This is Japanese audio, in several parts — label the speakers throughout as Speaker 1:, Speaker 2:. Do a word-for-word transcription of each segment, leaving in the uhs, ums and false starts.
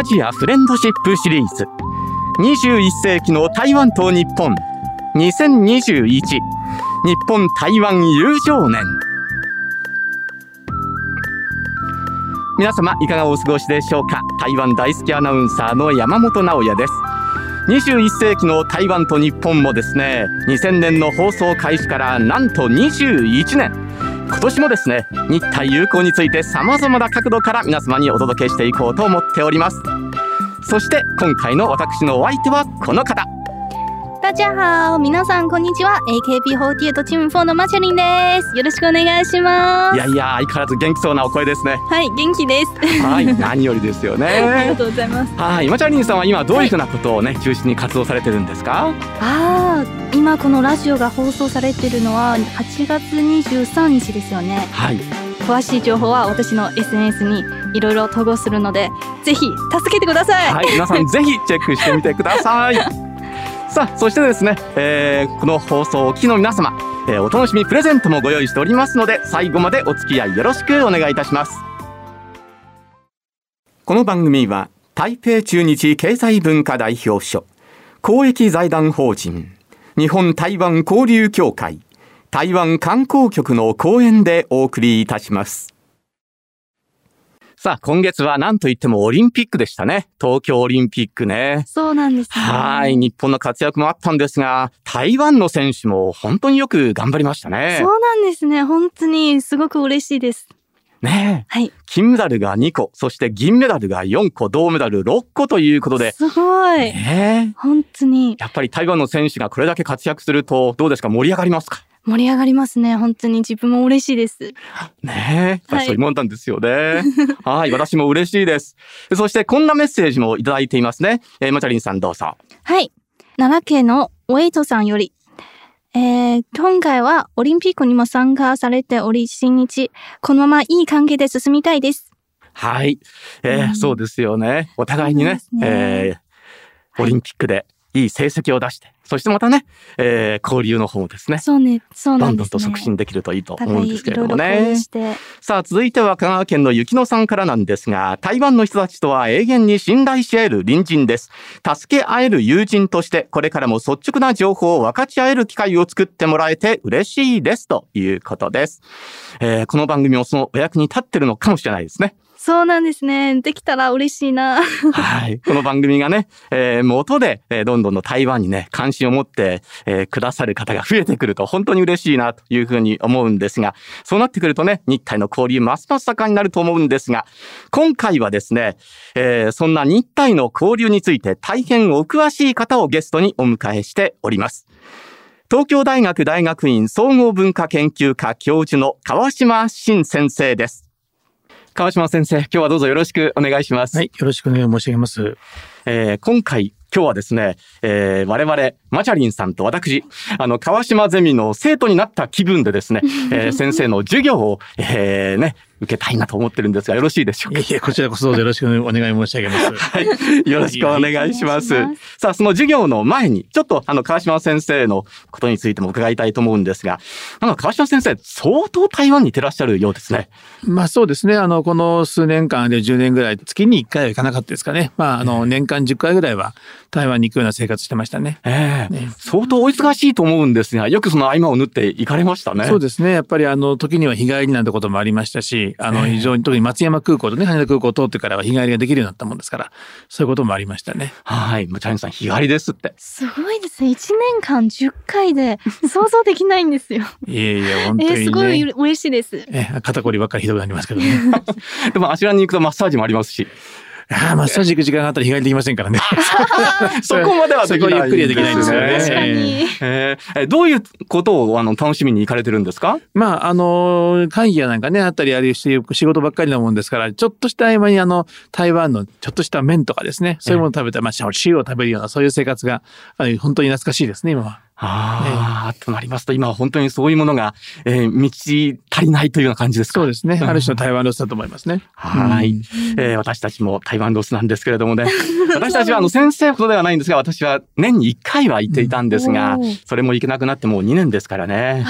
Speaker 1: アジアフレンドシップシリーズにじゅういっ世紀の台湾と日本にせんにじゅういち日本台湾友情年。皆様いかがお過ごしでしょうか。台湾大好きアナウンサーの山本直也です。にじゅういっ世紀の台湾と日本もですね、にせんねんの放送開始からなんとにじゅういちねん、今年もですね、日台友好について様々な角度から皆様にお届けしていこうと思っております。そして今回の私のお相手はこの方。
Speaker 2: 大家好、皆さんこんにちは。 エーケービーフォーティーエイト チームフォーのマチャリンです。よろしくお願いします。
Speaker 1: いやいや、相変わらず元気そうなお声ですね。
Speaker 2: はい、元気です。
Speaker 1: はい、何よりですよね。
Speaker 2: ありがとうございます。
Speaker 1: はい、マチャリンさんは今どういうふうなことをね、はい、中心に活動されてるんですか？
Speaker 2: あー、今このラジオが放送されてるのははちがつにじゅうさんにちですよね。はい。詳しい情報は私の エスエヌエス にいろいろ投稿するので、ぜひ助けてください。
Speaker 1: はい、皆さんぜひチェックしてみてください。さあ、そしてですね、えー、この放送をお聞きの皆様、えー、お楽しみプレゼントもご用意しておりますので、最後までお付き合いよろしくお願いいたします。この番組は台北駐日経済文化代表所、公益財団法人日本台湾交流協会、台湾観光局の講演でお送りいたします。さあ、今月は何と言ってもオリンピックでしたね。東京オリンピックね。
Speaker 2: そうなんですね。
Speaker 1: はい、日本の活躍もあったんですが、台湾の選手も本当によく頑張りましたね。
Speaker 2: そうなんですね。本当にすごく嬉しいです
Speaker 1: ねえ、
Speaker 2: はい、
Speaker 1: 金メダルがにこ、そして銀メダルがよんこ、銅メダルろっこということで、
Speaker 2: すごい、
Speaker 1: ね、
Speaker 2: 本当に
Speaker 1: やっぱり台湾の選手がこれだけ活躍するとどうですか、盛り上がりますか？
Speaker 2: 盛り上がりますね。本当に自分も嬉しいです。
Speaker 1: ねえ、そういうもんなんですよね。はい、私も嬉しいです。そしてこんなメッセージもいただいていますね。えー、マチャリンさんどうぞ。
Speaker 2: はい、奈良県のウェイトさんより、えー、今回はオリンピックにも参加されており、新日このままいい関係で進みたいです。
Speaker 1: はい、えーうん、そうですよね。お互いにね、ねえー、オリンピックでいい成績を出して、そしてまたね、えー、交流の方もですね、
Speaker 2: そうね、そうなんですね、
Speaker 1: どんどんと促進できるといいと思うんですけれどもね。さあ、続いては香川県の雪乃さんからなんですが、台湾の人たちとは永遠に信頼し合える隣人です。助け合える友人として、これからも率直な情報を分かち合える機会を作ってもらえて嬉しいですということです。えー、この番組もそのお役に立ってるのかもしれないですね。
Speaker 2: そうなんですね。できたら嬉しいな。
Speaker 1: はい。この番組がね、えー、元で、えー、どんどんの台湾にね、関心を持って、えー、くださる方が増えてくると本当に嬉しいなというふうに思うんですが、そうなってくるとね、日台の交流ますます盛んになると思うんですが、今回はですね、えー、そんな日台の交流について大変お詳しい方をゲストにお迎えしております。東京大学大学院総合文化研究科教授の川島真先生です。川島先生、今日はどうぞよろしくお願いします。
Speaker 3: はい、よろしくお願い申し上げます。
Speaker 1: えー、今回今日はですね、えー、我々マチャリンさんと私、あの川島ゼミの生徒になった気分でですね、えー、先生の授業を、えー、ね受けたいなと思ってるんですが、よろしいでしょうか？
Speaker 3: いえいえ、こちらこそよろしくお願い申し上げます。
Speaker 1: はい、よろしくお願いします。さあ、その授業の前にちょっとあの川島先生のことについても伺いたいと思うんですが、なんか川島先生相当台湾にいてらっしゃるようですね。
Speaker 3: まあそうですね。あのこの数年間でじゅうねんぐらい月にいっかいは行かなかったですかね。まああの年間じゅっかいぐらいは台湾に行くような生活してましたね。
Speaker 1: えー、ね、相当お忙しいと思うんですが、よくその合間を縫って行かれましたね。
Speaker 3: そうですね。やっぱりあの時には日帰りなんてこともありましたし、あの非常に特に松山空港とね、羽田空港を通ってからは日帰りができるようになったもんですから、そういうこともありましたね。
Speaker 1: はい、マチャリンさん日帰りですって。
Speaker 2: すごいですね。いちねんかんじゅっかいで想像できないんですよ。
Speaker 3: いえいえ、本当にね。
Speaker 2: えー、すごい嬉しいです。
Speaker 3: え、肩こりばっかりひどくなりますけどね。
Speaker 1: でもあちらに行くとマッサージもありますし。
Speaker 3: ああ、マッサージ行く時間があったら日帰りできませんからね。
Speaker 1: そこまではできない。
Speaker 3: ゆっくりはできないんですよね。
Speaker 2: 確かに。
Speaker 1: えー、どういうことをあの楽しみに行かれてるんですか？
Speaker 3: まあ、あの、会議やなんかね、あったりあるし、仕事ばっかりなもんですから、ちょっとした合間にあの、台湾のちょっとした麺とかですね、そういうものを食べたら、まあ、塩を食べるような、そういう生活が、本当に懐かしいですね、今は。
Speaker 1: ああ、えー、となりますと今は本当にそういうものが、えー、満ち足りないというような感じですか？
Speaker 3: そうですね。ある種の台湾ロスだと思いますね。
Speaker 1: はい、えー、私たちも台湾ロスなんですけれどもね。私たちはあの先生ほどではないんですが、私は年にいっかいは行っていたんですが、それも行けなくなってもうにねんですからね。
Speaker 2: あ、そうなん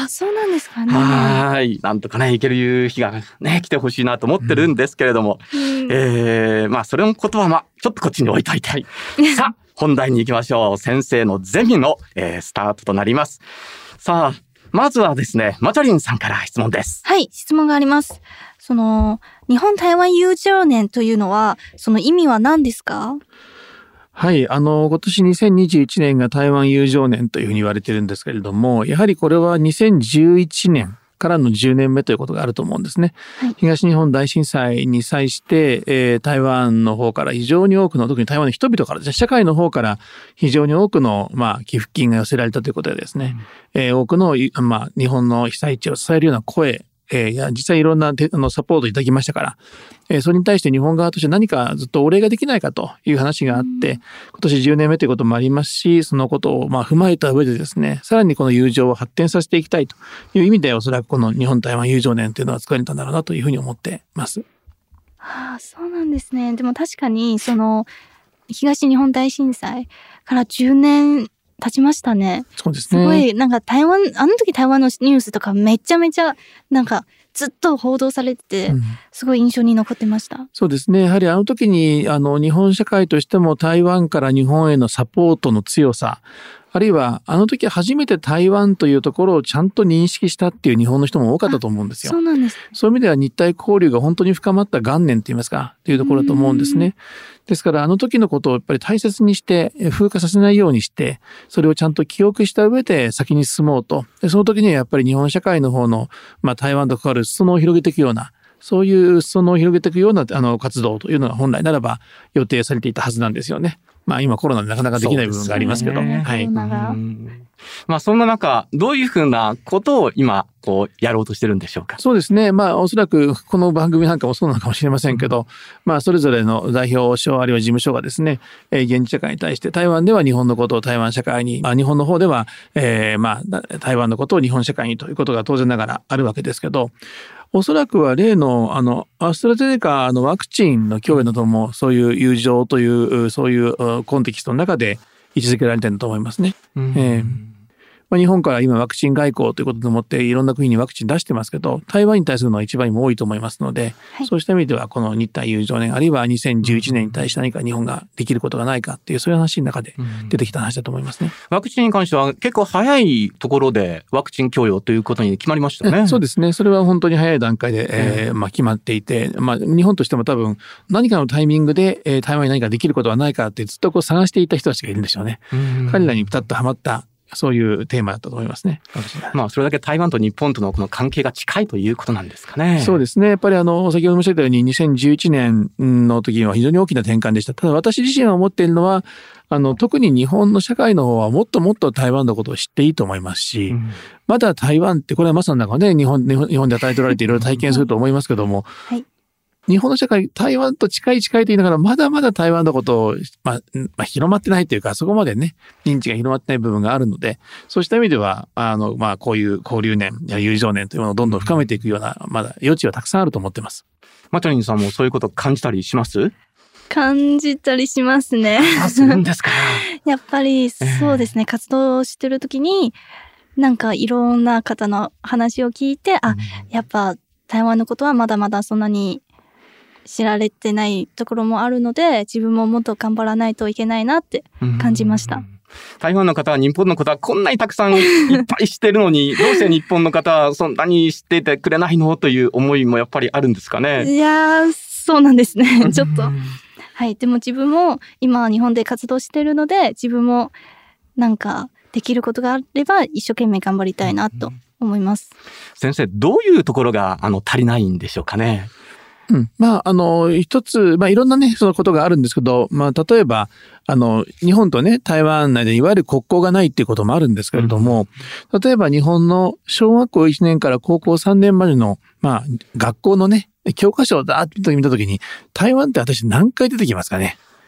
Speaker 2: なんですかね。
Speaker 1: はい。なんとかね、行ける日がね、来てほしいなと思ってるんですけれども、うん、えー、まあ、それのことはまあ、ちょっとこっちに置いといて。はい、さあ、本題に行きましょう。先生のゼミの、えー、スタートとなります。さあ、まずはですね、マチャリンさんから質問です。
Speaker 2: はい、質問があります。その、日本台湾友情年というのは、その意味は何ですか？
Speaker 3: はい。あの、今年にせんにじゅういちねんが台湾友情年というふうに言われてるんですけれども、やはりこれはにせんじゅういちねんからのじゅうねんめということがあると思うんですね。はい、東日本大震災に際して、えー、台湾の方から非常に多くの、特に台湾の人々から、社会の方から非常に多くの、まあ、寄付金が寄せられたということでですね、うん、えー、多くの、まあ、日本の被災地を支えるような声、えー、いや実際いろんなあのサポートいただきましたから、えー、それに対して日本側として何かずっとお礼ができないかという話があって、今年じゅうねんめということもありますし、そのことをまあ踏まえた上でですね、さらにこの友情を発展させていきたいという意味で、おそらくこの日本台湾友情年というのは作られたんだろうなというふうに思ってます。
Speaker 2: はあ、そうなんですね。でも確かにその東日本大震災からじゅうねん経ちましたね。
Speaker 3: そうですね。
Speaker 2: すごい、なんか台湾、あの時台湾のニュースとかめちゃめちゃ、なんかずっと報道されてて、うん、すごい印象に残ってました。
Speaker 3: そうですね。やはりあの時に、あの、日本社会としても台湾から日本へのサポートの強さ、あるいは、あの時初めて台湾というところをちゃんと認識したっていう日本の人も多かったと思うんですよ。
Speaker 2: そうなんです。
Speaker 3: そういう意味では日台交流が本当に深まった元年といいますか、というところだと思うんですね。ですから、あの時のことをやっぱり大切にして、風化させないようにして、それをちゃんと記憶した上で先に進もうと。でその時にはやっぱり日本社会の方の、まあ台湾と関わる裾野を広げていくような、そういう裾野を広げていくようなあの活動というのが本来ならば予定されていたはずなんですよね。まあ今コロナでなかなかできない部分がありますけど。
Speaker 1: ね、
Speaker 3: はい。
Speaker 1: まあそんな中、どういうふうなことを今こうやろうとしてるんでしょうか。
Speaker 3: そうですね。まあおそらくこの番組なんかもそうなのかもしれませんけど、まあそれぞれの代表省あるいは事務所がですね、えー、現地社会に対して台湾では日本のことを台湾社会に、まあ日本の方では、えー、まあ台湾のことを日本社会にということが当然ながらあるわけですけど、おそらくは例のあのアストラゼネカのワクチンの供与などもそういう友情というそういうコンテキストの中で位置づけられていると思いますね。うん、えーまあ、日本から今ワクチン外交ということでもっていろんな国にワクチン出してますけど、台湾に対するのは一番にも多いと思いますので、はい、そうした意味ではこの日台友情年あるいはにせんじゅういちねんに対して何か日本ができることがないかっていうそういう話の中で出てきた話だと思いますね。
Speaker 1: うん、ワクチンに関しては結構早いところでワクチン供与ということに決まりましたね。
Speaker 3: そうですね。それは本当に早い段階で、えーまあ、決まっていて、まあ、日本としても多分何かのタイミングで、えー、台湾に何かできることはないかってずっとこう探していた人たちがいるんでしょうね。うん、彼らにピタッとはまったそういうテーマだったと思いますね。
Speaker 1: まあそれだけ台湾と日本とのこの関係が近いということなんですかね。
Speaker 3: そうですね。やっぱりあの先ほど申し上げたようににせんじゅういちねんの時には非常に大きな転換でした。ただ私自身は思っているのはあの特に日本の社会の方はもっともっと台湾のことを知っていいと思いますし、うん、まだ台湾ってこれはまさになんかね日本日本日本で与えておられていろいろ体験すると思いますけども。はい、日本の社会、台湾と近い近いと言いながら、まだまだ台湾のことを、まあ、まあ、広まってないというか、そこまでね、認知が広まってない部分があるので、そうした意味では、あの、まあ、こういう交流年や友情年というものをどんどん深めていくような、まだ余地はたくさんあると思ってます。
Speaker 1: マチャリンさんもそういうことを感じたりします？
Speaker 2: 感じたりしますね。
Speaker 1: あ、するんですか。
Speaker 2: やっぱり、そうですね、えー、活動してるときに、なんかいろんな方の話を聞いて、あ、やっぱ台湾のことはまだまだそんなに知られてないところもあるので、自分ももっと頑張らないといけないなって感じました。
Speaker 1: 台湾の方は日本のことはこんなにたくさんいっぱい知ってるのにどうして日本の方はそんなに知っていてくれないのという思いもやっぱりあるんですかね。
Speaker 2: いやー、そうなんですね。ちょっとはい。でも自分も今日本で活動してるので、自分もなんかできることがあれば一生懸命頑張りたいなと思います。
Speaker 1: 先生、どういうところがあの足りないんでしょうかね。
Speaker 3: うん、まあ、あの、一つ、まあ、いろんなね、そのことがあるんですけど、まあ、例えば、あの、日本とね、台湾内でいわゆる国交がないっていうこともあるんですけれども、うん、例えば日本の小学校いちねんから高校さんねんまでの、まあ、学校のね、教科書をだーっと見たときに、台湾って私何回出てきますかね。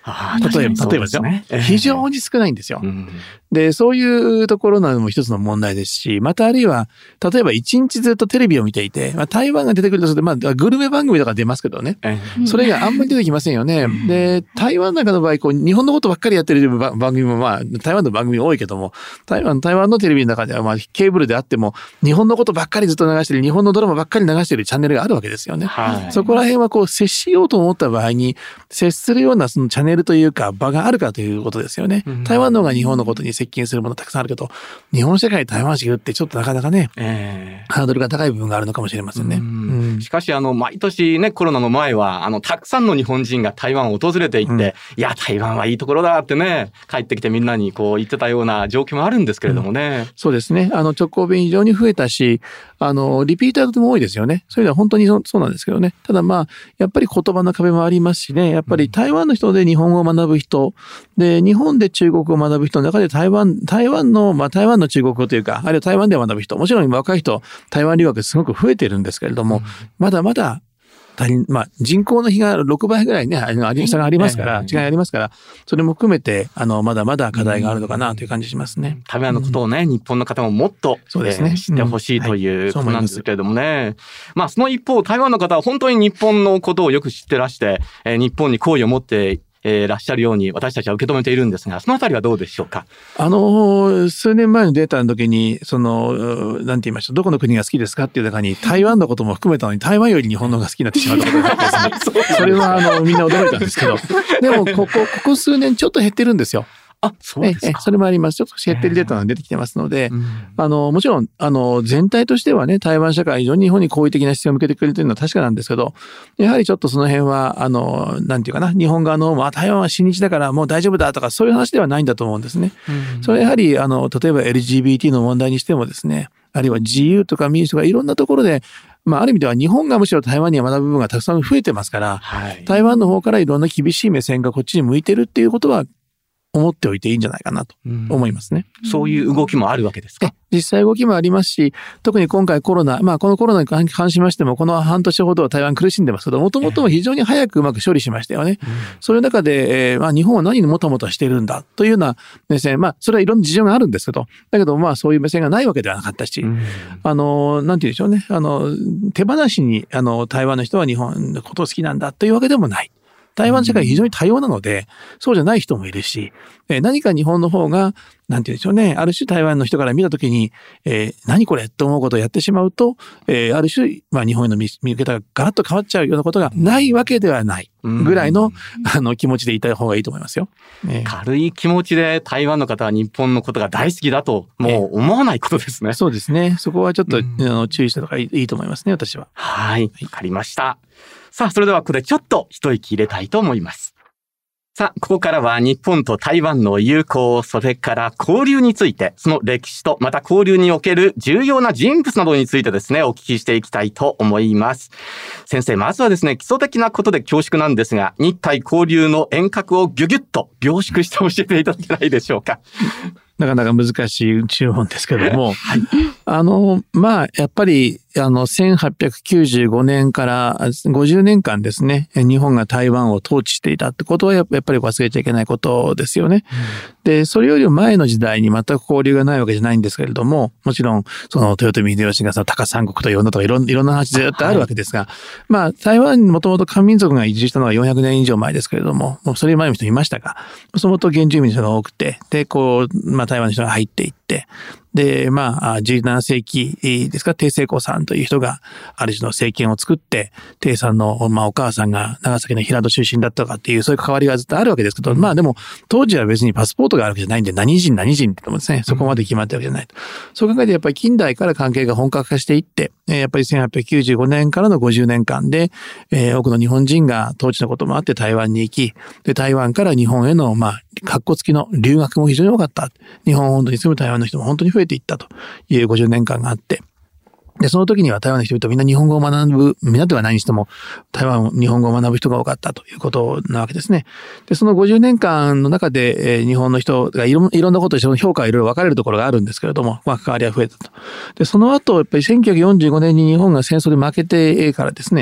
Speaker 3: 例えば、例えばですよ、非常に少ないんですよ。うん、で、そういうところなのも一つの問題ですし、またあるいは、例えば一日ずっとテレビを見ていて、まあ、台湾が出てくるとすると、まあ、グルメ番組とか出ますけどね。それがあんまり出てきませんよね。で、台湾なんかの場合、こう、日本のことばっかりやってる番組も、まあ、台湾の番組多いけども、台湾、台湾のテレビの中では、まあ、ケーブルであっても、日本のことばっかりずっと流してる、日本のドラマばっかり流してるチャンネルがあるわけですよね。はい、そこら辺はこう、接しようと思った場合に、接するようなそのチャンネルというか、場があるかということですよね。台湾の方が日本のことに接近するものたくさんあるけど、日本社会台湾史ってちょっとなかなかね、えー、ハードルが高い部分があるのかもしれませんね。うん
Speaker 1: うん、しかし、あの、毎年ね、コロナの前は、あの、たくさんの日本人が台湾を訪れていって、うん、いや、台湾はいいところだってね、帰ってきてみんなにこう言ってたような状況もあるんですけれどもね。
Speaker 3: うん、そうですね。あの、直行便非常に増えたし、あの、リピーターとても多いですよね。そういうのは本当に そ, そうなんですけどね。ただまあ、やっぱり言葉の壁もありますしね、やっぱり台湾の人で日本語を学ぶ人、で、日本で中国語を学ぶ人の中で台湾、台湾の、まあ台湾の中国語というか、あるいは台湾で学ぶ人、もちろん若い人、台湾留学すごく増えてるんですけれども、うん、まだまだ、まあ、人口の比がろくばいぐらいね、差がありますから、違いありますから、それも含めて、あの、まだまだ課題があるのかなという感じしますね。
Speaker 1: 台湾のことをね、うん、日本の方ももっと、そうですね、えー、知ってほしいということなんですけれどもね。うんはい、まあ、その一方、台湾の方は本当に日本のことをよく知ってらして、えー、日本に好意を持ってえー、らっしゃるように私たちは受け止めているんですが、そのあたりはどうでしょうか。
Speaker 3: あの数年前のデータの時にそのなんて言いました、どこの国が好きですかっていう中に台湾のことも含めたのに台湾より日本の方が好きになってしまったことがあってですねそれはあのみんな驚いたんですけど、でもここここ数年ちょっと減ってるんですよ。
Speaker 1: あ、そうですか。
Speaker 3: ええ、それもあります。ちょっと減ってるデータが出てきてますので、うん、あの、もちろん、あの、全体としてはね、台湾社会、非常に日本に好意的な姿勢を向けてくれるというのは確かなんですけど、やはりちょっとその辺は、あの、なんていうかな、日本側の、まあ、台湾は親日だからもう大丈夫だとか、そういう話ではないんだと思うんですね。うん、それはやはり、あの、例えば エルジービーティー の問題にしてもですね、あるいは自由とか民主とかいろんなところで、まあ、ある意味では日本がむしろ台湾に学ぶ部分がたくさん増えてますから、はい、台湾の方からいろんな厳しい目線がこっちに向いてるっていうことは、思っておいていいんじゃないかなと思いますね。
Speaker 1: うん、そういう動きもあるわけですか？
Speaker 3: 実際動きもありますし、特に今回コロナ、まあこのコロナに関しましても、この半年ほどは台湾苦しんでますけど、もともとも非常に早くうまく処理しましたよね。うん、そういう中で、えー、まあ日本は何にもたもたしてるんだというような目線、まあそれはいろんな事情があるんですけど、だけどまあそういう目線がないわけではなかったし、うん、あの、なんて言うんでしょうね、あの、手放しにあの台湾の人は日本のことを好きなんだというわけでもない。台湾社会非常に多様なので、そうじゃない人もいるし、えー、何か日本の方が、なんて言うんでしょうね、ある種台湾の人から見たときに、えー、何これと思うことをやってしまうと、えー、ある種、まあ日本への見見方がガラッと変わっちゃうようなことがないわけではないぐらいの、あの気持ちでいた方がいいと思いますよ。
Speaker 1: えー、軽い気持ちで台湾の方は日本のことが大好きだと、もう思わないことですね。
Speaker 3: えー、そうですね。そこはちょっと、あの注意した方がいいと思いますね、私は。
Speaker 1: はい、わかりました。さあ、それではここでちょっと一息入れたいと思います。さあ、ここからは日本と台湾の友好、それから交流について、その歴史とまた交流における重要な人物などについてですね、お聞きしていきたいと思います。先生、まずはですね、基礎的なことで恐縮なんですが、日台交流の遠隔をギュギュッと凝縮して教えていただけないでしょうか。
Speaker 3: なかなか難しい注文ですけども、はい、あの、まあ、やっぱり、あの、せんはっぴゃくきゅうじゅうごねんからごじゅうねんかんですね、日本が台湾を統治していたってことはやっぱり忘れちゃいけないことですよね。うん、で、それよりも前の時代に全く交流がないわけじゃないんですけれども、もちろん、その、豊臣秀吉がさ、高三国と呼んだとかいろん、いろんな話ずっとあるわけですが、はい、まあ、台湾にもともと漢民族が移住したのはよんひゃくねん以上前ですけれども、もうそれ前の人いましたが、もともと原住民の人が多くて、で、こう、まあ、台湾の人が入っていって、で、まあ、じゅうななせいきですか、鄭成功さんという人が、ある種の政権を作って、鄭さんの、まあ、お母さんが長崎の平戸出身だったとかっていう、そういう関わりがずっとあるわけですけど、まあでも、当時は別にパスポートがあるわけじゃないんで、何人何人って言ってもですね、そこまで決まってるわけじゃないと。そう考えて、やっぱり近代から関係が本格化していって、やっぱりせんはっぴゃくきゅうじゅうごねんからのごじゅうねんかんで、えー、多くの日本人が統治のこともあって台湾に行き、で、台湾から日本への、まあ、格好付きの留学も非常に多かった。日本本土に住む台湾の人も本当に増えていったというごじゅうねんかんがあって、で、その時には台湾の人々みんな日本語を学ぶ、みんなではないにしても、台湾日本語を学ぶ人が多かったということなわけですね。で、そのごじゅうねんかんの中で、えー、日本の人がいろいろんなことでその評価がいろいろ分かれるところがあるんですけれども、まあ、関わりは増えたと。で、その後、やっぱりせんきゅうひゃくよんじゅうごねんに日本が戦争で負けてからですね、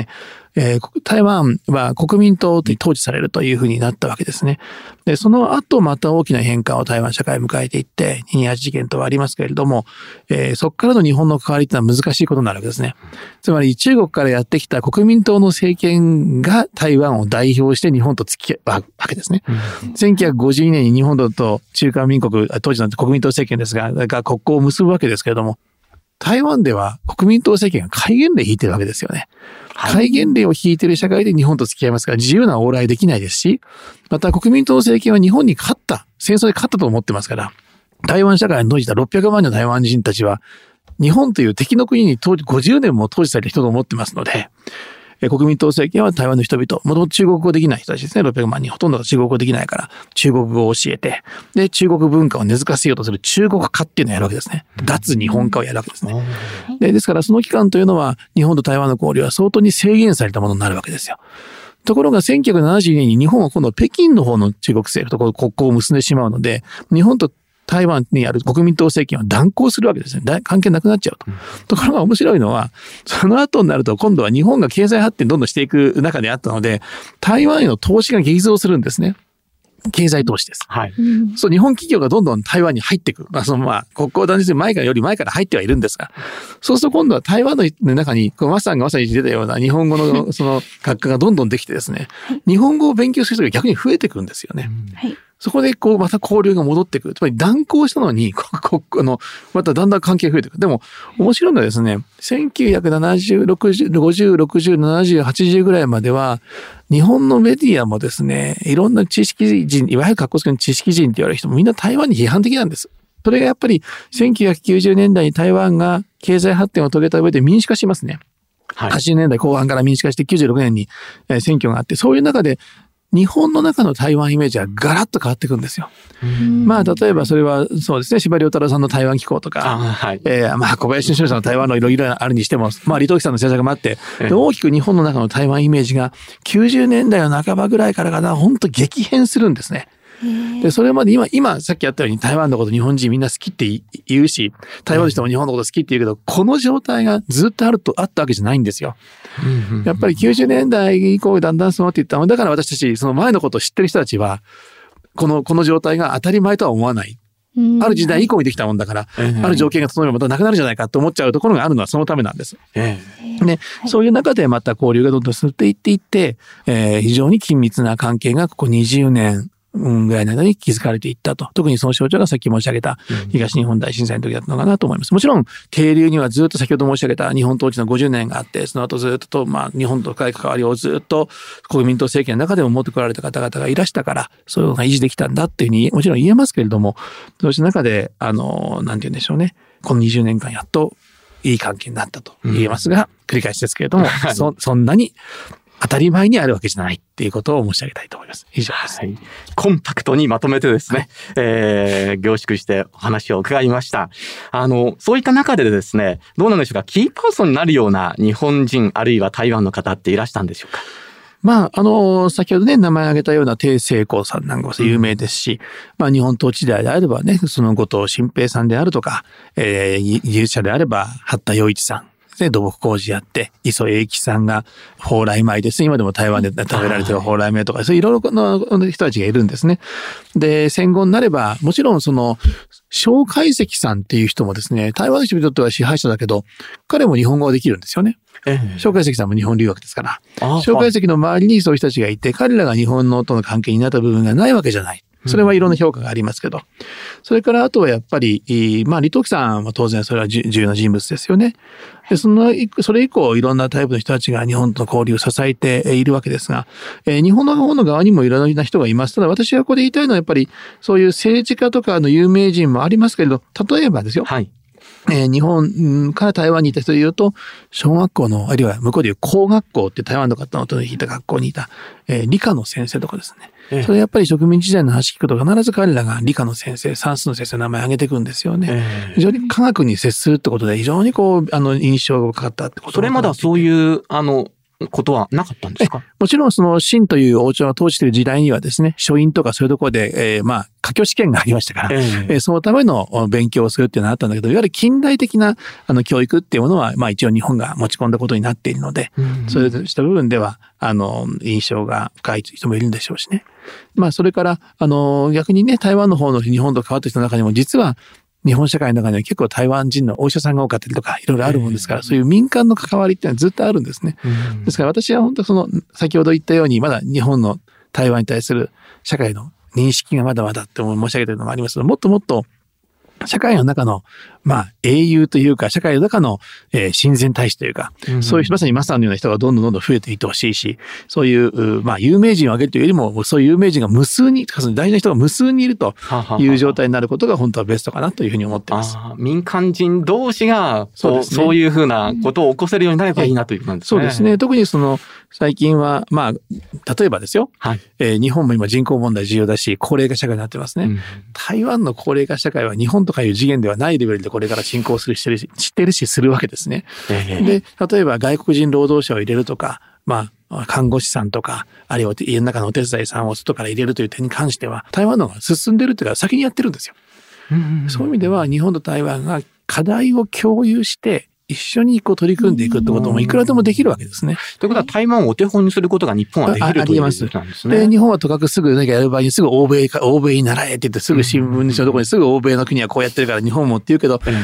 Speaker 3: えー、台湾は国民党に統治されるというふうになったわけですね。で、その後また大きな変化を台湾社会を迎えていって、ににはち事件とはありますけれども、えー、そこからの日本の関わりというのは難しいことになるわけですね。つまり中国からやってきた国民党の政権が台湾を代表して日本と付き合うわけですね。うん、せんきゅうひゃくごじゅうにねんに日本と中華民国、当時の国民党政権ですが、が国交を結ぶわけですけれども、台湾では国民党政権が戒厳令引いてるわけですよね。戒厳令を引いている社会で日本と付き合いますから自由な往来できないですし、また国民党政権は日本に勝った、戦争で勝ったと思ってますから、台湾社会に閉じたろっぴゃくまんの台湾人たちは、日本という敵の国に当時ごじゅうねんも統治された人と思ってますので、国民党政権は台湾の人々、もともと中国語できない人たちですね、ろっぴゃくまんにん、ほとんどが中国語できないから、中国語を教えて、で、中国文化を根付かせようとする中国化っていうのをやるわけですね。脱日本化をやるわけですね。で、ですからその期間というのは、日本と台湾の交流は相当に制限されたものになるわけですよ。ところがせんきゅうひゃくななじゅうにねんに日本は今度北京の方の中国政府と国交を結んでしまうので、日本と台湾にある国民党政権は断交するわけですね。関係なくなっちゃうと。うん、ところが面白いのは、その後になると今度は日本が経済発展どんどんしていく中であったので、台湾への投資が激増するんですね。経済投資です。はい。そう、日本企業がどんどん台湾に入っていく。まあ、そのまあ、国交を断絶する前からより前から入ってはいるんですが、そうすると今度は台湾の中に、マスさんがまさに出たような日本語のその学科がどんどんできてですね、日本語を勉強する人が逆に増えてくるんですよね。はい。そこでこうまた交流が戻ってくる。つまり断交したのに、こあのまただんだん関係が増えてくる。でも面白いのはですね、せんきゅうひゃくななじゅう、ろくじゅう、ごじゅう、ろくじゅう、ななじゅう、はちじゅうぐらいまでは、日本のメディアもですね、いろんな知識人、いわゆる格好つけの知識人って言われる人もみんな台湾に批判的なんです。それがやっぱりせんきゅうひゃくきゅうじゅうねんだいに台湾が経済発展を遂げた上で民主化しますね。はい、はちじゅうねんだいこう半から民主化してきゅうじゅうろくねんに選挙があって、そういう中で日本の中の台湾イメージはガラッと変わっていくんですよ。まあ例えばそれはそうですね、司馬遼太郎さんの台湾機構とか、はい、えー、まあ小林俊さんの台湾のいろいろあるにしても、まあ李登輝さんの政策もあって、で大きく日本の中の台湾イメージがきゅうじゅうねんだいの半ばぐらいからかな、本当激変するんですね。で、それまで今、今、さっきやったように台湾のこと日本人みんな好きって言うし、台湾の人も日本のこと好きって言うけど、この状態がずっとあると、あったわけじゃないんですよ。やっぱりきゅうじゅうねんだい以降だんだんそうなっていったの。だから私たち、その前のことを知ってる人たちは、この、この状態が当たり前とは思わない。ある時代以降にできたもんだから、ある条件が整えばまたなくなるんじゃないかと思っちゃうところがあるのはそのためなんです。ね、そういう中でまた交流がどんどん進んでいっていって、えー、非常に緊密な関係がここにじゅうねん、ぐらいの間に築かれていったと。特にその象徴がさっき申し上げた東日本大震災の時だったのかなと思います。もちろん、渓流にはずっと先ほど申し上げた日本統治のごじゅうねんがあって、その後ずっと、まあ、日本と深い関わりをずっと国民党政権の中でも持ってこられた方々がいらしたから、そういうのが維持できたんだっていうふうにもちろん言えますけれども、そうした中で、あの、なんて言うんでしょうね。このにじゅうねんかんやっといい関係になったと言えますが、うん、繰り返しですけれども、そ、そんなに、当たり前にあるわけじゃないっていうことを申し上げたいと思います。以上です。はい、
Speaker 1: コンパクトにまとめてですね、はい、えー、凝縮してお話を伺いました。あの、そういった中でですね、どうなんでしょうか、キーパーソンになるような日本人あるいは台湾の方っていらしたんでしょうか。
Speaker 3: まあ、あの、先ほどね、名前挙げたような鄭成功さんなんかも有名ですし、うん、まあ、日本統治時代であればね、その後藤新平さんであるとか、えー、技術者であれば、八田洋一さん。土木工事やって、磯栄一さんが蓬莱米です。今でも台湾で食べられてる蓬莱米とか、そういういろいろな人たちがいるんですね。で、戦後になれば、もちろんその、蒋介石さんっていう人もですね、台湾の人にとっては支配者だけど、彼も日本語ができるんですよね。蒋介石さんも日本留学ですから。蒋介石の周りにそういう人たちがいて、彼らが日本のとの関係になった部分がないわけじゃない。それはいろんな評価がありますけど。それからあとはやっぱり、まあ、李登輝さんは当然それは重要な人物ですよね。で、その、それ以降いろんなタイプの人たちが日本との交流を支えているわけですが、えー、日本の方の側にもいろんな人がいます。ただ私がここで言いたいのはやっぱりそういう政治家とかの有名人もありますけれど、例えばですよ。はい。えー、日本から台湾にいた人で言うと、小学校の、あるいは向こうでいう工学校って台湾の方の音で弾いた学校にいた、えー、理科の先生とかですね。ええ、それやっぱり植民地時代の話聞くと必ず彼らが理科の先生、算数の先生の名前を挙げていくんですよね。ええ、非常に科学に接するってことで非常にこう、あの、印象がかかったってこと。
Speaker 1: それまではそういう、あの、 ことはなかったんですか？
Speaker 3: もちろんその清という王朝が統治している時代にはですね、書院とかそういうところで、えー、まあ、科挙試験がありましたから、えーえー、そのための勉強をするっていうのがあったんだけど、いわゆる近代的なあの教育っていうものは、まあ一応日本が持ち込んだことになっているので、うん、そうした部分では、あの、印象が深い人もいるんでしょうしね。まあそれから、あの、逆にね、台湾の方の日本と変わった人の中にも、実は、日本社会の中には結構台湾人のお医者さんが多かったりとかいろいろあるもんですから、えー、そういう民間の関わりっていうのはずっとあるんですね。うん、ですから私は本当その先ほど言ったようにまだ日本の台湾に対する社会の認識がまだまだって申し上げているのもありますが、もっともっと社会の中の、まあ、英雄というか、社会の中の、えー、親善大使というか、うん、そういうまさにマスターのような人がどんどんどんどん増えていってほしいし、そういう、まあ、有名人を挙げるというよりも、そういう有名人が無数に、大事な人が無数にいるという状態になることが本当はベストかなというふうに思っています。
Speaker 1: あ、民間人同士がそうです、ね、そういうふうなことを起こせるようになればいいなということなんですね。
Speaker 3: そうですね。特にその、最近は、まあ、例えばですよ、はい、えー、日本も今人口問題重要だし、高齢化社会になってますね。うん、台湾の高齢化社会は日本とかいう次元ではないレベルでこれから進行する、してるし、知ってるし、するわけですね。えー、で、例えば外国人労働者を入れるとか、まあ、看護師さんとか、あるいは家の中のお手伝いさんを外から入れるという点に関しては、台湾の方が進んでるというか先にやってるんですよ。うんうん、そういう意味では日本と台湾が課題を共有して、一緒にこう取り組んでいくってこともいくらでもできるわけですね。
Speaker 1: ということは台湾をお手本にすることが日本はできるということなんですね。
Speaker 3: で、日本はとかくすぐ何かやる場合にすぐ欧米か、欧米に習えって言ってすぐ新聞のところにすぐ欧米の国はこうやってるから日本もって言うけど、うん、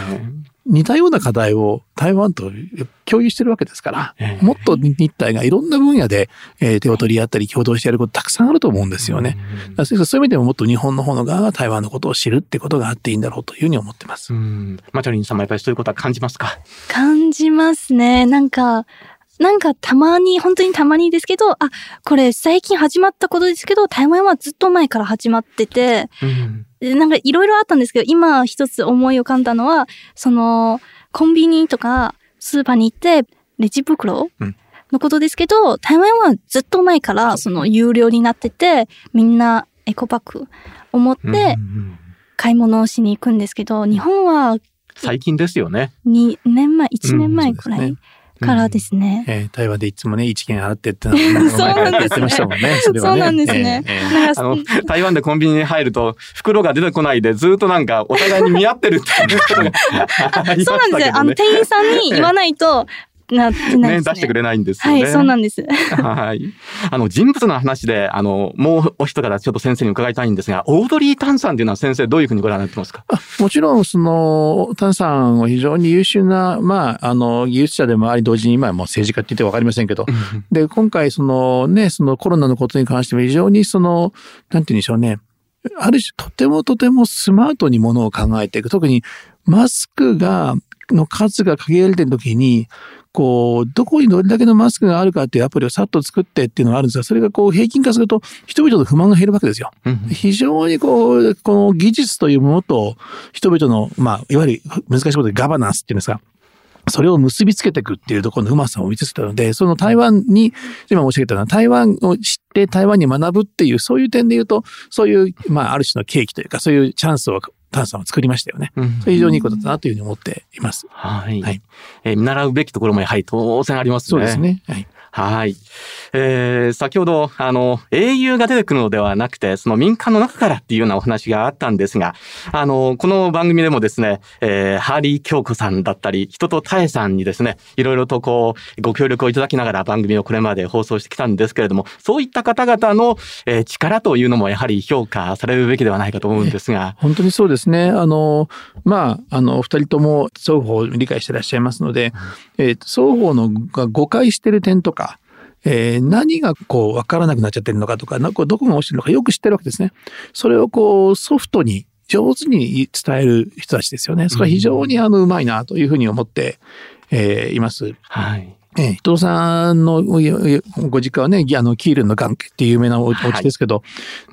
Speaker 3: 似たような課題を台湾と共有してるわけですから、えー、もっと日台がいろんな分野で手を取り合ったり共同してやることたくさんあると思うんですよね。うん、そういう意味でももっと日本の方の側が台湾のことを知るってことがあっていいんだろうというふうに思ってます。
Speaker 1: うん、マチョリンさんもやっぱりそういうことは感じますか？
Speaker 2: 感じますね。なんか、なんかたまに、本当にたまにですけど、あ、これ最近始まったことですけど、台湾はずっと前から始まってて、うん、なんかいろいろあったんですけど、今一つ思い浮かんだのは、その、コンビニとかスーパーに行って、レジ袋のことですけど、うん、台湾はずっと前からその有料になってて、みんなエコバッグを持って買い物をしに行くんですけど、日本は
Speaker 1: 最近ですよね。
Speaker 2: にねんまえ、いちねんまえくらい。うんからですね。
Speaker 3: うん、えー、台湾でいつもね、一元払ってってのを前からやってましたもんね。それはね。
Speaker 2: そうなんですね。
Speaker 3: え
Speaker 1: ーえー、あの台湾でコンビニに入ると袋が出てこないでずっとなんかお互いに見合ってるっていうことがありましたけどね。そうなんですよ。あの
Speaker 2: 店員さんに言わないと。なってないですね。
Speaker 1: ね、出してくれないんですよね。
Speaker 2: はい、そうなんです。
Speaker 1: はい。あの、人物の話で、あの、もうお人からちょっと先生に伺いたいんですが、オードリー・タンさんっていうのは先生どういうふうにご覧になってますか？
Speaker 3: あ、もちろん、その、タンさんは非常に優秀な、まあ、あの、技術者でもあり、同時に今はもう政治家って言ってわかりませんけど、で、今回、そのね、そのコロナのことに関しても非常にその、なんて言うんでしょうね、ある種とてもとてもスマートにものを考えていく。特にマスクが、の数が限られているときに、こう、どこにどれだけのマスクがあるかっていうアプリをさっと作ってっていうのがあるんですが、それがこう平均化すると人々の不満が減るわけですよ。うん、非常にこう、この技術というものと人々の、まあ、いわゆる難しいことでガバナンスっていうんですか、それを結びつけていくっていうところのうまさを見つけたので、その台湾に、今申し上げたのは台湾を知って台湾に学ぶっていう、そういう点で言うと、そういう、まあ、ある種の契機というか、そういうチャンスをタンさんは作りましたよね。うん、それ非常にいいことだなというふうに思っています。
Speaker 1: はい。はい、えー、見習うべきところもやはり当然ありますね。
Speaker 3: そうですね。はい。
Speaker 1: はい。えー、先ほど、あの、英雄が出てくるのではなくて、その民間の中からっていうようなお話があったんですが、あの、この番組でもですね、えー、ハーリー京子さんだったり、人とタエさんにですね、いろいろとこう、ご協力をいただきながら番組をこれまで放送してきたんですけれども、そういった方々の、えー、力というのもやはり評価されるべきではないかと思うんですが。
Speaker 3: 本当にそうですね。あの、まあ、あの、二人とも双方理解していらっしゃいますので、うん、えー、双方のが誤解している点とか、えー、何がこう分からなくなっちゃってるのかとか、どこが落ちてるのかよく知ってるわけですね。それをこうソフトに上手に伝える人たちですよね。それは非常にあのうまいなというふうに思って、えー、います。
Speaker 1: はい。
Speaker 3: えー、伊藤さんのご実家はね、あのキールンの関係っていう有名なお家ですけど、はい、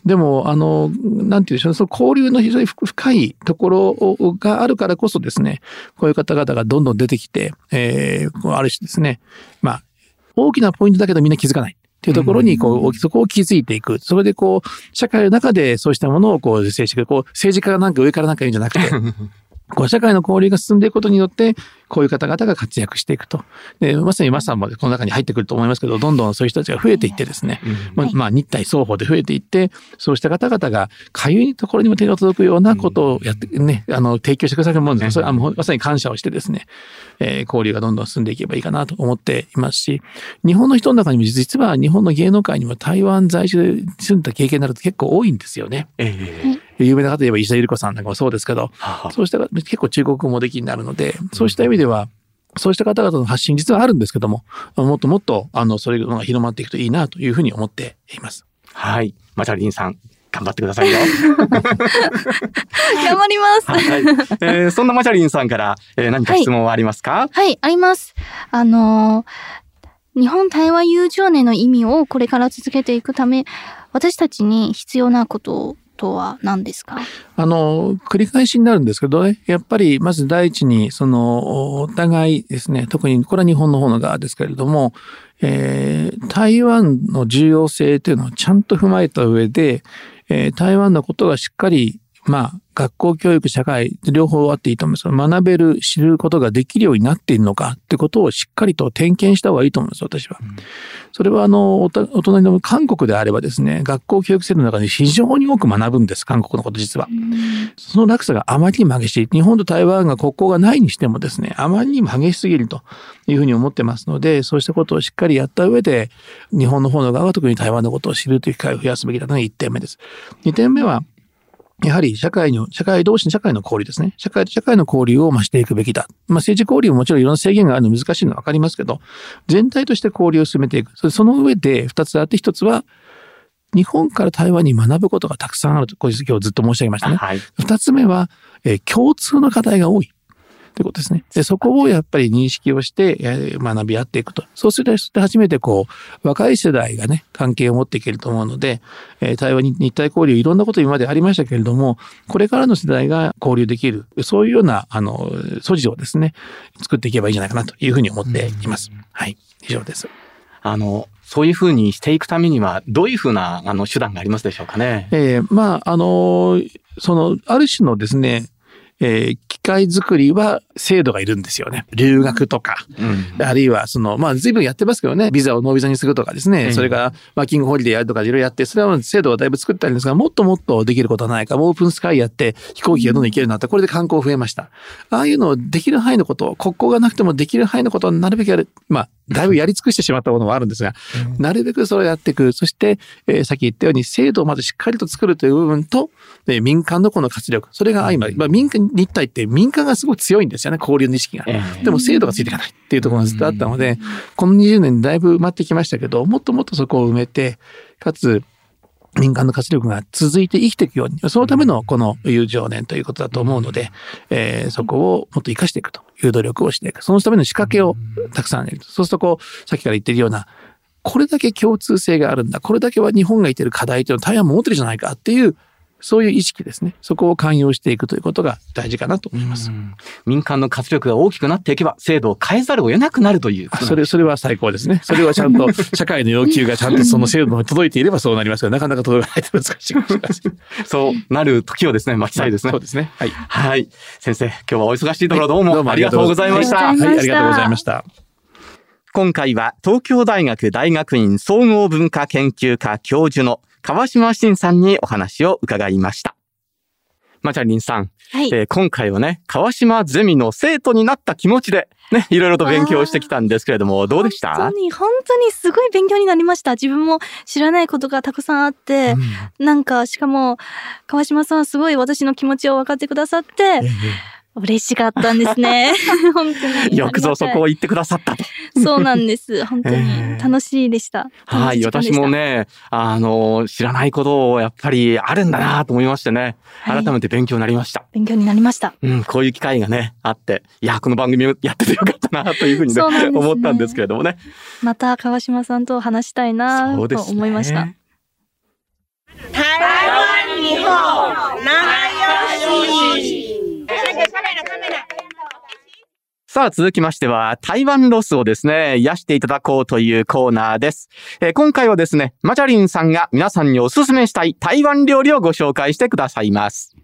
Speaker 3: でもあのなんていうんでしょう、その交流の非常に深いところがあるからこそですね、こういう方々がどんどん出てきて、えー、ある種ですね、まあ大きなポイントだけどみんな気づかないっていうところに、こう、そこを気づいていく。それでこう、社会の中でそうしたものをこう、政治家、こう、政治家がなんか上からなんか言うんじゃなくて、 こう社会の交流が進んでいくことによってこういう方々が活躍していくと。でまさにマさんもこの中に入ってくると思いますけど、どんどんそういう人たちが増えていってですね、うんまあ、まあ日体双方で増えていって、そうした方々がかゆいところにも手が届くようなことをやってね、あの提供してくださるものです。それはまさに感謝をしてですね、えー、交流がどんどん進んでいけばいいかなと思っていますし、日本の人の中にも実は日本の芸能界にも台湾在住で住んだ経験になると結構多いんですよね。えー有名な方で言えば石田ゆり子さんなんかもそうですけど、はあ、そうした結構中国語もできになるので、そうした意味では、そうした方々の発信実はあるんですけども、もっともっとあのそれが広まっていくといいなというふうに思っています。
Speaker 1: はい、マチャリンさん頑張ってくださいよ。
Speaker 2: 頑張ります。
Speaker 1: はいえー、そんなマチャリンさんから、えー、何か質問はありますか？
Speaker 2: はい、はい、あります。あのー、日本対話友情年の意味をこれから続けていくため、私たちに必要なことをとは何ですか？
Speaker 3: あの繰り返しになるんですけどね、やっぱりまず第一にそのお互いですね、特にこれは日本の方の側ですけれども、えー、台湾の重要性というのをちゃんと踏まえた上で、えー、台湾のことがしっかりまあ学校教育社会両方あっていいと思います。学べる知ることができるようになっているのかってことをしっかりと点検した方がいいと思います、私は。うん、それはあのお隣の韓国であればですね、学校教育制度の中で非常に多く学ぶんです、韓国のこと実は。うん、その落差があまりにも激しい。日本と台湾が国交がないにしてもですね、あまりにも激しすぎるというふうに思ってますので、そうしたことをしっかりやった上で日本の方の側は特に台湾のことを知るという機会を増やすべきだというのがいってんめです。にてんめはやはり社会の、社会同士の社会の交流ですね。社会と社会の交流を増していくべきだ。まあ政治交流ももちろんいろんな制限があるの難しいのはわかりますけど、全体として交流を進めていく。その上で二つあって、一つは、日本から台湾に学ぶことがたくさんあると、これ今日ずっと申し上げましたね。はい、二つ目は、えー、共通の課題が多い。ということですね。で、そこをやっぱり認識をして学び合っていくと。そうすると初めてこう、若い世代がね、関係を持っていけると思うので、えー、対話に日体交流いろんなこと今までありましたけれども、これからの世代が交流できる、そういうような、あの、素地をですね、作っていけばいいんじゃないかなというふうに思っています。はい。以上です。
Speaker 1: あの、そういうふうにしていくためには、どういうふうな、あの、手段がありますでしょうかね。
Speaker 3: えー、まあ、あの、その、ある種のですね、えー、機械作りは制度がいるんですよね。留学とか、うん、あるいはその、まあ随分やってますけどね、ビザをノービザにするとかですね、うん、それからワーキングホリデーやるとかいろいろやって、それは制度がだいぶ作ってあるんですが、もっともっとできることはないか、オープンスカイやって飛行機がどんどん行けるようになった。これで観光増えました。ああいうのをできる範囲のことを、国交がなくてもできる範囲のことをなるべくやる。まあ、だいぶやり尽くしてしまったものはあるんですが、うん、なるべくそれをやっていく。そして、えー、さっき言ったように制度をまずしっかりと作るという部分と、えー、民間のこの活力。それが相まり、まあ民間、日体って民間がすごく強いんですよね、交流の意識が。でも制度がついていかないっていうところがずっとあったので、このにじゅうねんだいぶ埋まってきましたけど、もっともっとそこを埋めて、かつ、民間の活力が続いて生きていくように、そのためのこの友情年ということだと思うので、えー、そこをもっと活かしていくという努力をしていく。そのための仕掛けをたくさんやる。そうするとこう、さっきから言ってるような、これだけ共通性があるんだ。これだけは日本が言ってる課題というのは台湾も持ってるじゃないかっていう、そういう意識ですね。そこを寛容していくということが大事かなと思います。
Speaker 1: 民間の活力が大きくなっていけば制度を変えざるを得なくなるという。
Speaker 3: それ、それは最高ですね。それはちゃんと社会の要求がちゃんとその制度に届いていればそうなりますが、なかなか届かないと難しいかもしれません。
Speaker 1: そうなる時をですね、待ちたいですね。
Speaker 3: そうですね。はい。
Speaker 1: はい。先生、今日はお忙しいところどうも、はい、どうもありがとうございました。
Speaker 3: はい、ありがとうございました。
Speaker 1: 今回は東京大学大学院総合文化研究科教授の川島真さんにお話を伺いました。マチャリンさん、はいえー、今回はね、川島ゼミの生徒になった気持ちでね、いろいろと勉強してきたんですけれども、どうでした？
Speaker 2: 本当に、本当にすごい勉強になりました。自分も知らないことがたくさんあって、うん、なんか、しかも、川島さんすごい私の気持ちを分かってくださって、えー嬉しかったんですね。本当に。
Speaker 1: よくぞそこを言ってくださったと。
Speaker 2: そうなんです。本当に楽しいでした。
Speaker 1: えー、はい、私もね、あの、知らないことをやっぱりあるんだなと思いましてね、はい、改めて勉強になりました。
Speaker 2: 勉強になりました。
Speaker 1: うん、こういう機会がね、あって、いや、この番組をやっててよかったなというふうにね、ね思ったんですけれどもね。
Speaker 2: また川島さんと話したいなと思いました。ね、
Speaker 4: 台湾日本仲良し。
Speaker 1: さあ続きましては台湾ロスをですね癒していただこうというコーナーです、えー、今回はですねマチャリンさんが皆さんにおすすめしたい台湾料理をご紹介してくださいます。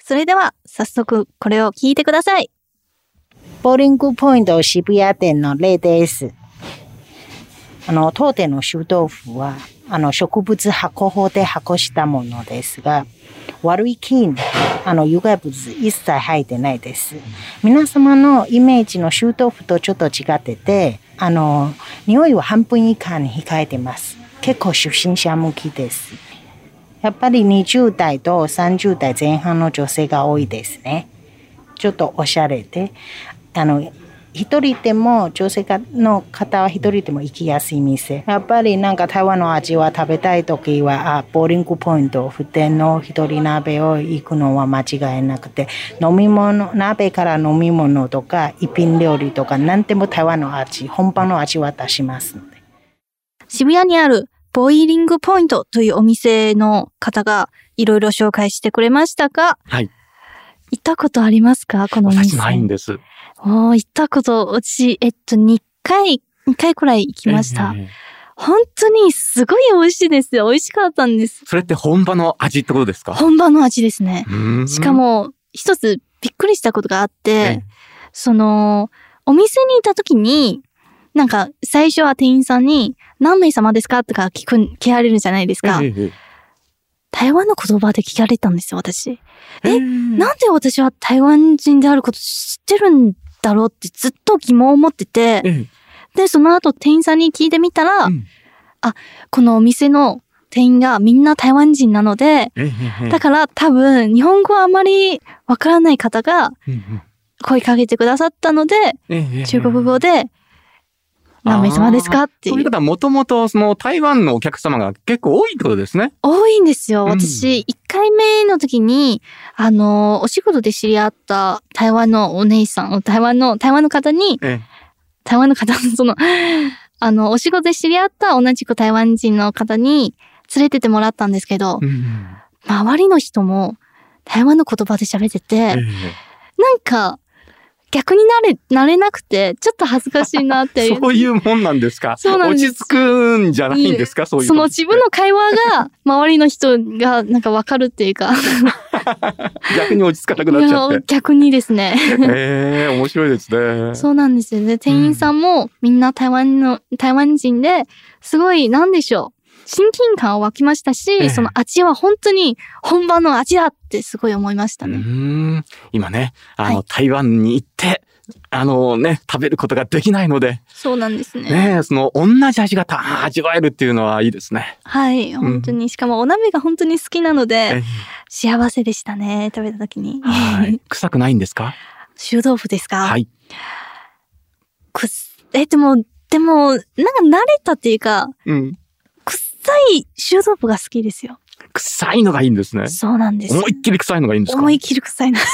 Speaker 2: それでは早速これを聞いてください。
Speaker 5: ボーリングポイント渋谷店の例です。あの当店の臭豆腐はあの植物発酵法で発酵したものですが、悪い菌、あの有害物一切入ってないです。皆様のイメージの臭豆腐とちょっと違ってて、あの匂いは半分以下に控えてます。結構初心者向きです。やっぱりにじゅう代とさんじゅう代前半の女性が多いですね。ちょっとおしゃれで、あの一人でも女性の方は一人でも行きやすい店。やっぱりなんか台湾の味は食べたいときは、あ、ボーリングポイント、普天の一人鍋を行くのは間違いなくて、飲み物、鍋から飲み物とか一品料理とか何でも台湾の味、本場の味は出しますので。
Speaker 2: 渋谷にあるボイリングポイントというお店の方がいろいろ紹介してくれましたが、
Speaker 1: はい。
Speaker 2: 行ったことありますか？このお店。
Speaker 1: 私ないんです。
Speaker 2: おー、行ったこと、うち、えっと、にかい、にかいくらい行きました。えー、本当にすごい美味しいですよ。美味しかったんです。
Speaker 1: それって本場の味ってことですか？
Speaker 2: 本場の味ですね。しかも、一つびっくりしたことがあって、えー、その、お店にいた時に、なんか、最初は店員さんに、何名様ですかとか聞く、聞かれるじゃないですか。えー、台湾の言葉で聞かれたんですよ、私。え、えー、なんで私は台湾人であること知ってるんだろうってずっと疑問を持ってて、えー、で、その後店員さんに聞いてみたら、うん、あ、このお店の店員がみんな台湾人なので、えー、だから多分日本語はあまりわからない方が声かけてくださったので、えー、中国語で、何名様ですかっていう。
Speaker 1: そういう方はもともとその台湾のお客様が結構多いってことですね。
Speaker 2: 多いんですよ。私、いっかいめの時に、あの、お仕事で知り合った台湾のお姉さん、台湾の、台湾の方に、ええ、台湾の方のその、あの、お仕事で知り合った同じく台湾人の方に連れてってもらったんですけど、うん、周りの人も台湾の言葉で喋ってて、ええ、なんか、逆になれ、なれなくて、ちょっと恥ずかしいなっていう。
Speaker 1: そういうもんなんですか？そうなんです。落ち着くんじゃないんですか？そういう。
Speaker 2: その自分の会話が、周りの人がなんかわかるっていうか。
Speaker 1: 逆に落ち着かなくなっちゃって。
Speaker 2: 逆にですね。
Speaker 1: ええー、面白いですね。
Speaker 2: そうなんですよね。店員さんもみんな台湾の、台湾人で、すごい、なんでしょう。親近感を湧きましたし、えー、その味は本当に本場の味だってすごい思いましたね。
Speaker 1: うーん、今ね、あの、はい、台湾に行って、あのね、食べることができないので。
Speaker 2: そうなんですね。
Speaker 1: ね、その同じ味がた味わえるっていうのはいいですね。
Speaker 2: はい、本当に。うん、しかもお鍋が本当に好きなので、えー、幸せでしたね、食べた時に。
Speaker 1: はい。臭くないんですか？
Speaker 2: 臭豆腐ですか？
Speaker 1: はい。
Speaker 2: くす、え、でも、でも、なんか慣れたっていうか、うん。臭い臭豆腐が好きですよ。
Speaker 1: 臭いのがいいんですね。
Speaker 2: そうなんです。
Speaker 1: 思いっきり臭いのがいいんですか？
Speaker 2: 思いっきり臭いの。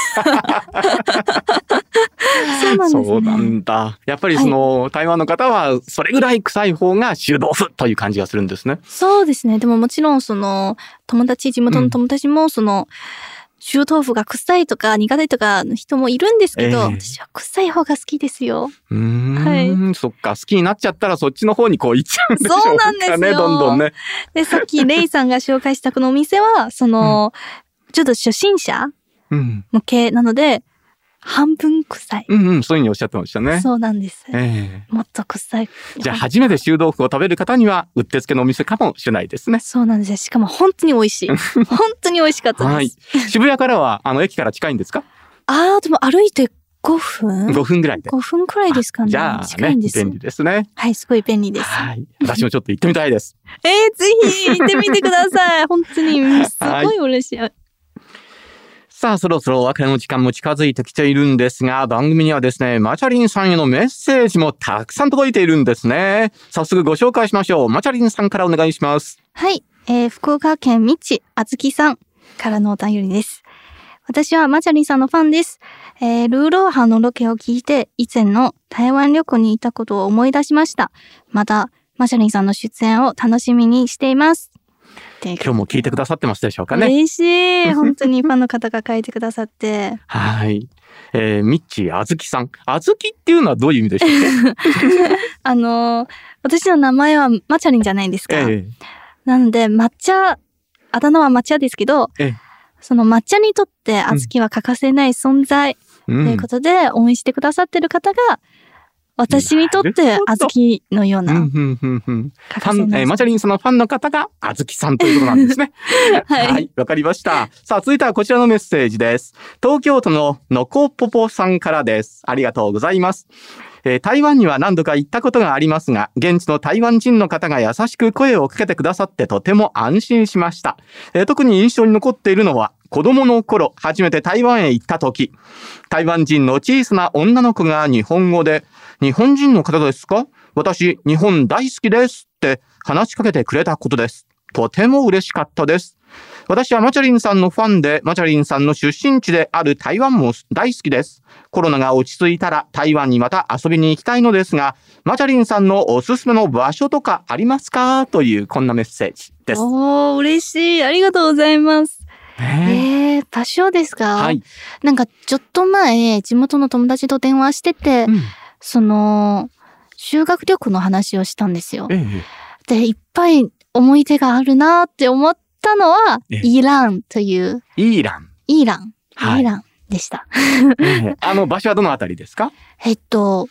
Speaker 2: そうなんですね。
Speaker 1: そうなんだ。やっぱりその、はい、台湾の方はそれぐらい臭い方が臭豆腐という感じがするんですね。
Speaker 2: そうですね。でももちろんその友達、地元の友達もその、うん、臭豆腐が臭いとか苦手とかの人もいるんですけど、えー、私は臭い方が好きですよ。
Speaker 1: うーん、はい、そっか、好きになっちゃったらそっちの方にこう行っちゃうんでしょうかね。そうなんですよ。どんどんね。
Speaker 2: で、さっきレイさんが紹介したこのお店は、その、うん、ちょっと初心者向けなので、半分臭い。
Speaker 1: うんうん、そういうふうにおっしゃってましたね。
Speaker 2: そうなんです。えー、もっと臭い。
Speaker 1: じゃあ初めて臭豆腐を食べる方にはうってつけのお店かもしれないですね。
Speaker 2: そうなんです。しかも本当に美味しい。本当に美味しかったです。はい。
Speaker 1: 渋谷からはあの駅から近いんですか？
Speaker 2: ああ、でも歩いてごふん？
Speaker 1: ごふんぐらいで。
Speaker 2: ごふんくらいですかね。
Speaker 1: じゃあね、便利ですね。
Speaker 2: はい、すごい便利です。
Speaker 1: はい。私もちょっと行ってみたいです。
Speaker 2: えー、ぜひ行ってみてください。本当にすごい嬉しい。はい、
Speaker 1: さあ、そろそろお別れの時間も近づいてきているんですが、番組にはですね、マチャリンさんへのメッセージもたくさん届いているんですね。早速ご紹介しましょう。マチャリンさんからお願いします。
Speaker 2: はい、えー、福岡県みちあずきさんからのお便りです。私はマチャリンさんのファンです。えー、ルーローハンのロケを聞いて、以前の台湾旅行にいたことを思い出しました。また、マチャリンさんの出演を楽しみにしています。
Speaker 1: 今日も聞いてくださってますでしょうかね。
Speaker 2: 嬉しい。本当にファンの方が書いてくださって。
Speaker 1: はい。えー、ミッチーあずきさん。あずきっていうのはどういう意味でしょうか？
Speaker 2: あのー、私の名前はマチャリンじゃないですか。えー、なので、抹茶、あだ名は抹茶ですけど、えー、 その抹茶にとって小豆は欠かせない存在ということで、応援してくださってる方が、私にとって小豆のような。
Speaker 1: ファン、えー、マチャリンさんのファンの方が小豆さんということなんですね。はい。はい、わかりました。さあ、続いてはこちらのメッセージです。東京都ののこぽぽさんからです。ありがとうございます。えー、台湾には何度か行ったことがありますが、現地の台湾人の方が優しく声をかけてくださってとても安心しました。えー、特に印象に残っているのは、子供の頃、初めて台湾へ行った時、台湾人の小さな女の子が日本語で、日本人の方ですか？私、日本大好きですって話しかけてくれたことです。とても嬉しかったです。私はマチャリンさんのファンで、マチャリンさんの出身地である台湾も大好きです。コロナが落ち着いたら台湾にまた遊びに行きたいのですが、マチャリンさんのおすすめの場所とかありますか？というこんなメッセージです。
Speaker 2: おー、嬉しい。ありがとうございます。えー、場所ですか？はい。なんかちょっと前、地元の友達と電話してて、うん、その、修学旅行の話をしたんですよ。ええ、で、いっぱい思い出があるなって思ったのは、ええ、イランという。
Speaker 1: イラン。
Speaker 2: イラン。はい、イランでした。
Speaker 1: ええ、あの場所はどのあたりですか？
Speaker 2: えっと、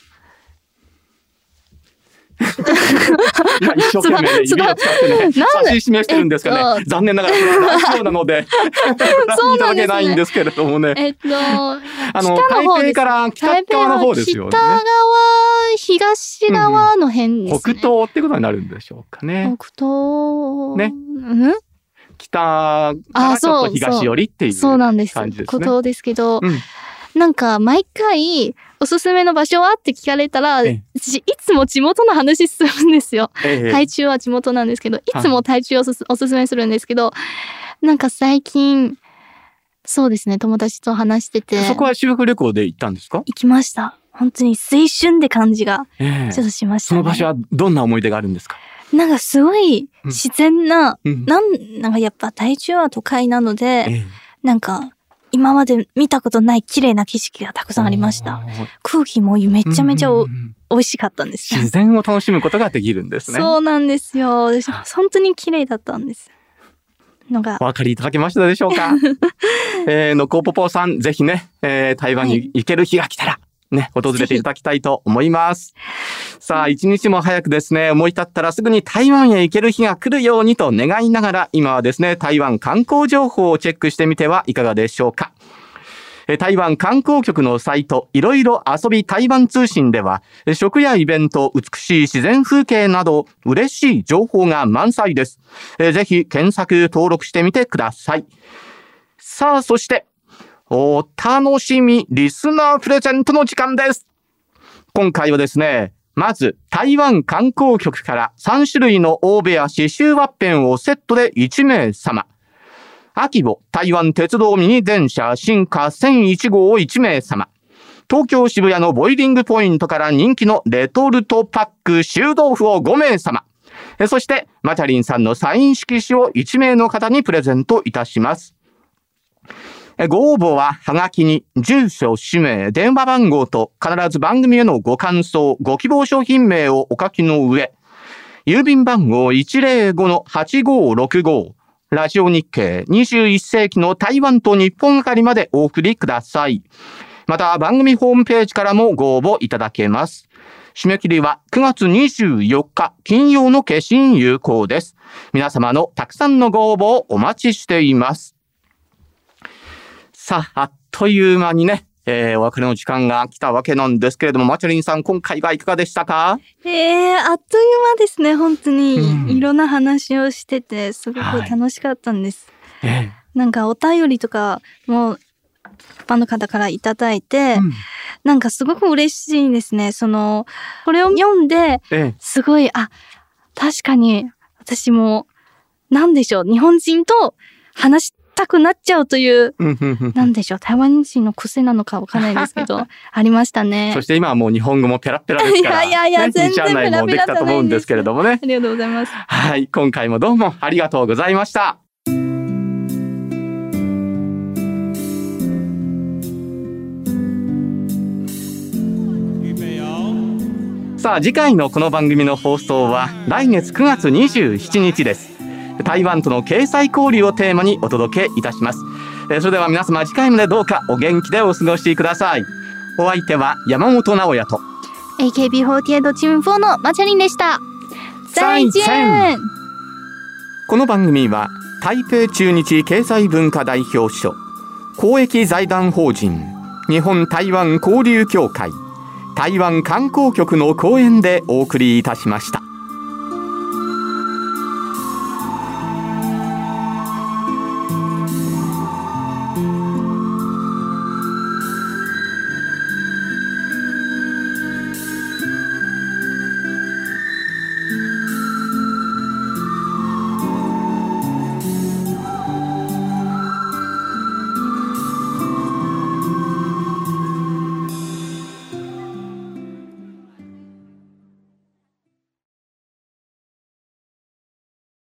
Speaker 1: 今一生懸命ね、指を使ってね、指し示してるんですがね、残念ながらこれはラジオなので、そういただけないんですけれどもね。
Speaker 2: えっと、あ
Speaker 1: の、台北から北側の方ですよね。
Speaker 2: 北側、東側の辺ですね。
Speaker 1: 北東ってことになるんでしょうかね。
Speaker 2: 北東。
Speaker 1: ね。うん北からちょっと東寄りっていう感じですね。
Speaker 2: そうなんです。北東ですけど、なんか毎回おすすめの場所はって聞かれたら、いつも地元の話するんですよ。台中は地元なんですけど、いつも台中をおすす、おすすめするんですけど、なんか最近、そうですね、友達と話してて。
Speaker 1: そこは修学旅行で行ったんですか？
Speaker 2: 行きました。本当に青春って感じがちょっとしましたね。
Speaker 1: その場所はどんな思い出があるんですか？
Speaker 2: なんかすごい自然な、うん、なん、なんかやっぱ台中は都会なので、ええ、なんか今まで見たことない綺麗な景色がたくさんありました。空気もめちゃめちゃお、うんうん、美味しかったんです。
Speaker 1: 自然を楽しむことができるんですね。
Speaker 2: そうなんですよ。本当に綺麗だったんです。のが。
Speaker 1: お分かりいただけましたでしょうか？えー、のこぽぽさん、ぜひね、えー、台湾に行ける日が来たら、はいね、訪れていただきたいと思います。さあ、一日も早くですね、思い立ったらすぐに台湾へ行ける日が来るようにと願いながら、今はですね、台湾観光情報をチェックしてみてはいかがでしょうか。台湾観光局のサイト、いろいろ遊び台湾通信では、食やイベント、美しい自然風景など、嬉しい情報が満載です。ぜひ検索登録してみてください。さあ、そして、お楽しみリスナープレゼントの時間です。今回はですね、まず台湾観光局からさん種類の大部屋刺繍ワッペンをセットでいち名様。秋保台湾鉄道ミニ電車新華せんいち号をいち名様。東京渋谷のボイリングポイントから人気のレトルトパック臭豆腐をご名様。そしてマチャリンさんのサイン色紙をいち名の方にプレゼントいたします。ご応募ははがきに住所、氏名、電話番号と必ず番組へのご感想、ご希望商品名をお書きの上、郵便番号 いちまるごのはちごろくご、ラジオ日経にじゅういっ世紀の台湾と日本係までお送りください。また番組ホームページからもご応募いただけます。締め切りはくがつにじゅうよっか金曜の消印有効です。皆様のたくさんのご応募をお待ちしています。さあ、あっという間にね、えー、お別れの時間が来たわけなんですけれども、マチャリンさん、今回はいかがでしたか？
Speaker 2: えー、あっという間ですね、本当に。うん、いろんな話をしてて、すごく楽しかったんです。はいえー、なんかお便りとかも、ファンの方からいただいて、うん、なんかすごく嬉しいんですね。その、これを読んで、えー、すごい、あ、確かに、私も、なんでしょう、日本人と話して、たくなっちゃうという、なんでしょう、台湾人の癖なのかわかんないですけど、ありましたね。
Speaker 1: そして今はもう日本語もペラペラですから、
Speaker 2: いやいやいや、全然ペラペラじゃないです。
Speaker 1: できたと思うんですけれどもね。
Speaker 2: ありがとうございます。
Speaker 1: はい、今回もどうもありがとうございました。さあ、次回のこの番組の放送は来月くがつにじゅうしちにちです。台湾との経済交流をテーマにお届けいたします。 えー、それでは皆様次回までどうかお元気でお過ごしください。お相手は山本直也と
Speaker 2: エーケービーフォーティーエイト チームフォーのマチャリンでした。再见。
Speaker 1: この番組は台北駐日経済文化代表所、公益財団法人日本台湾交流協会、台湾観光局の講演でお送りいたしました。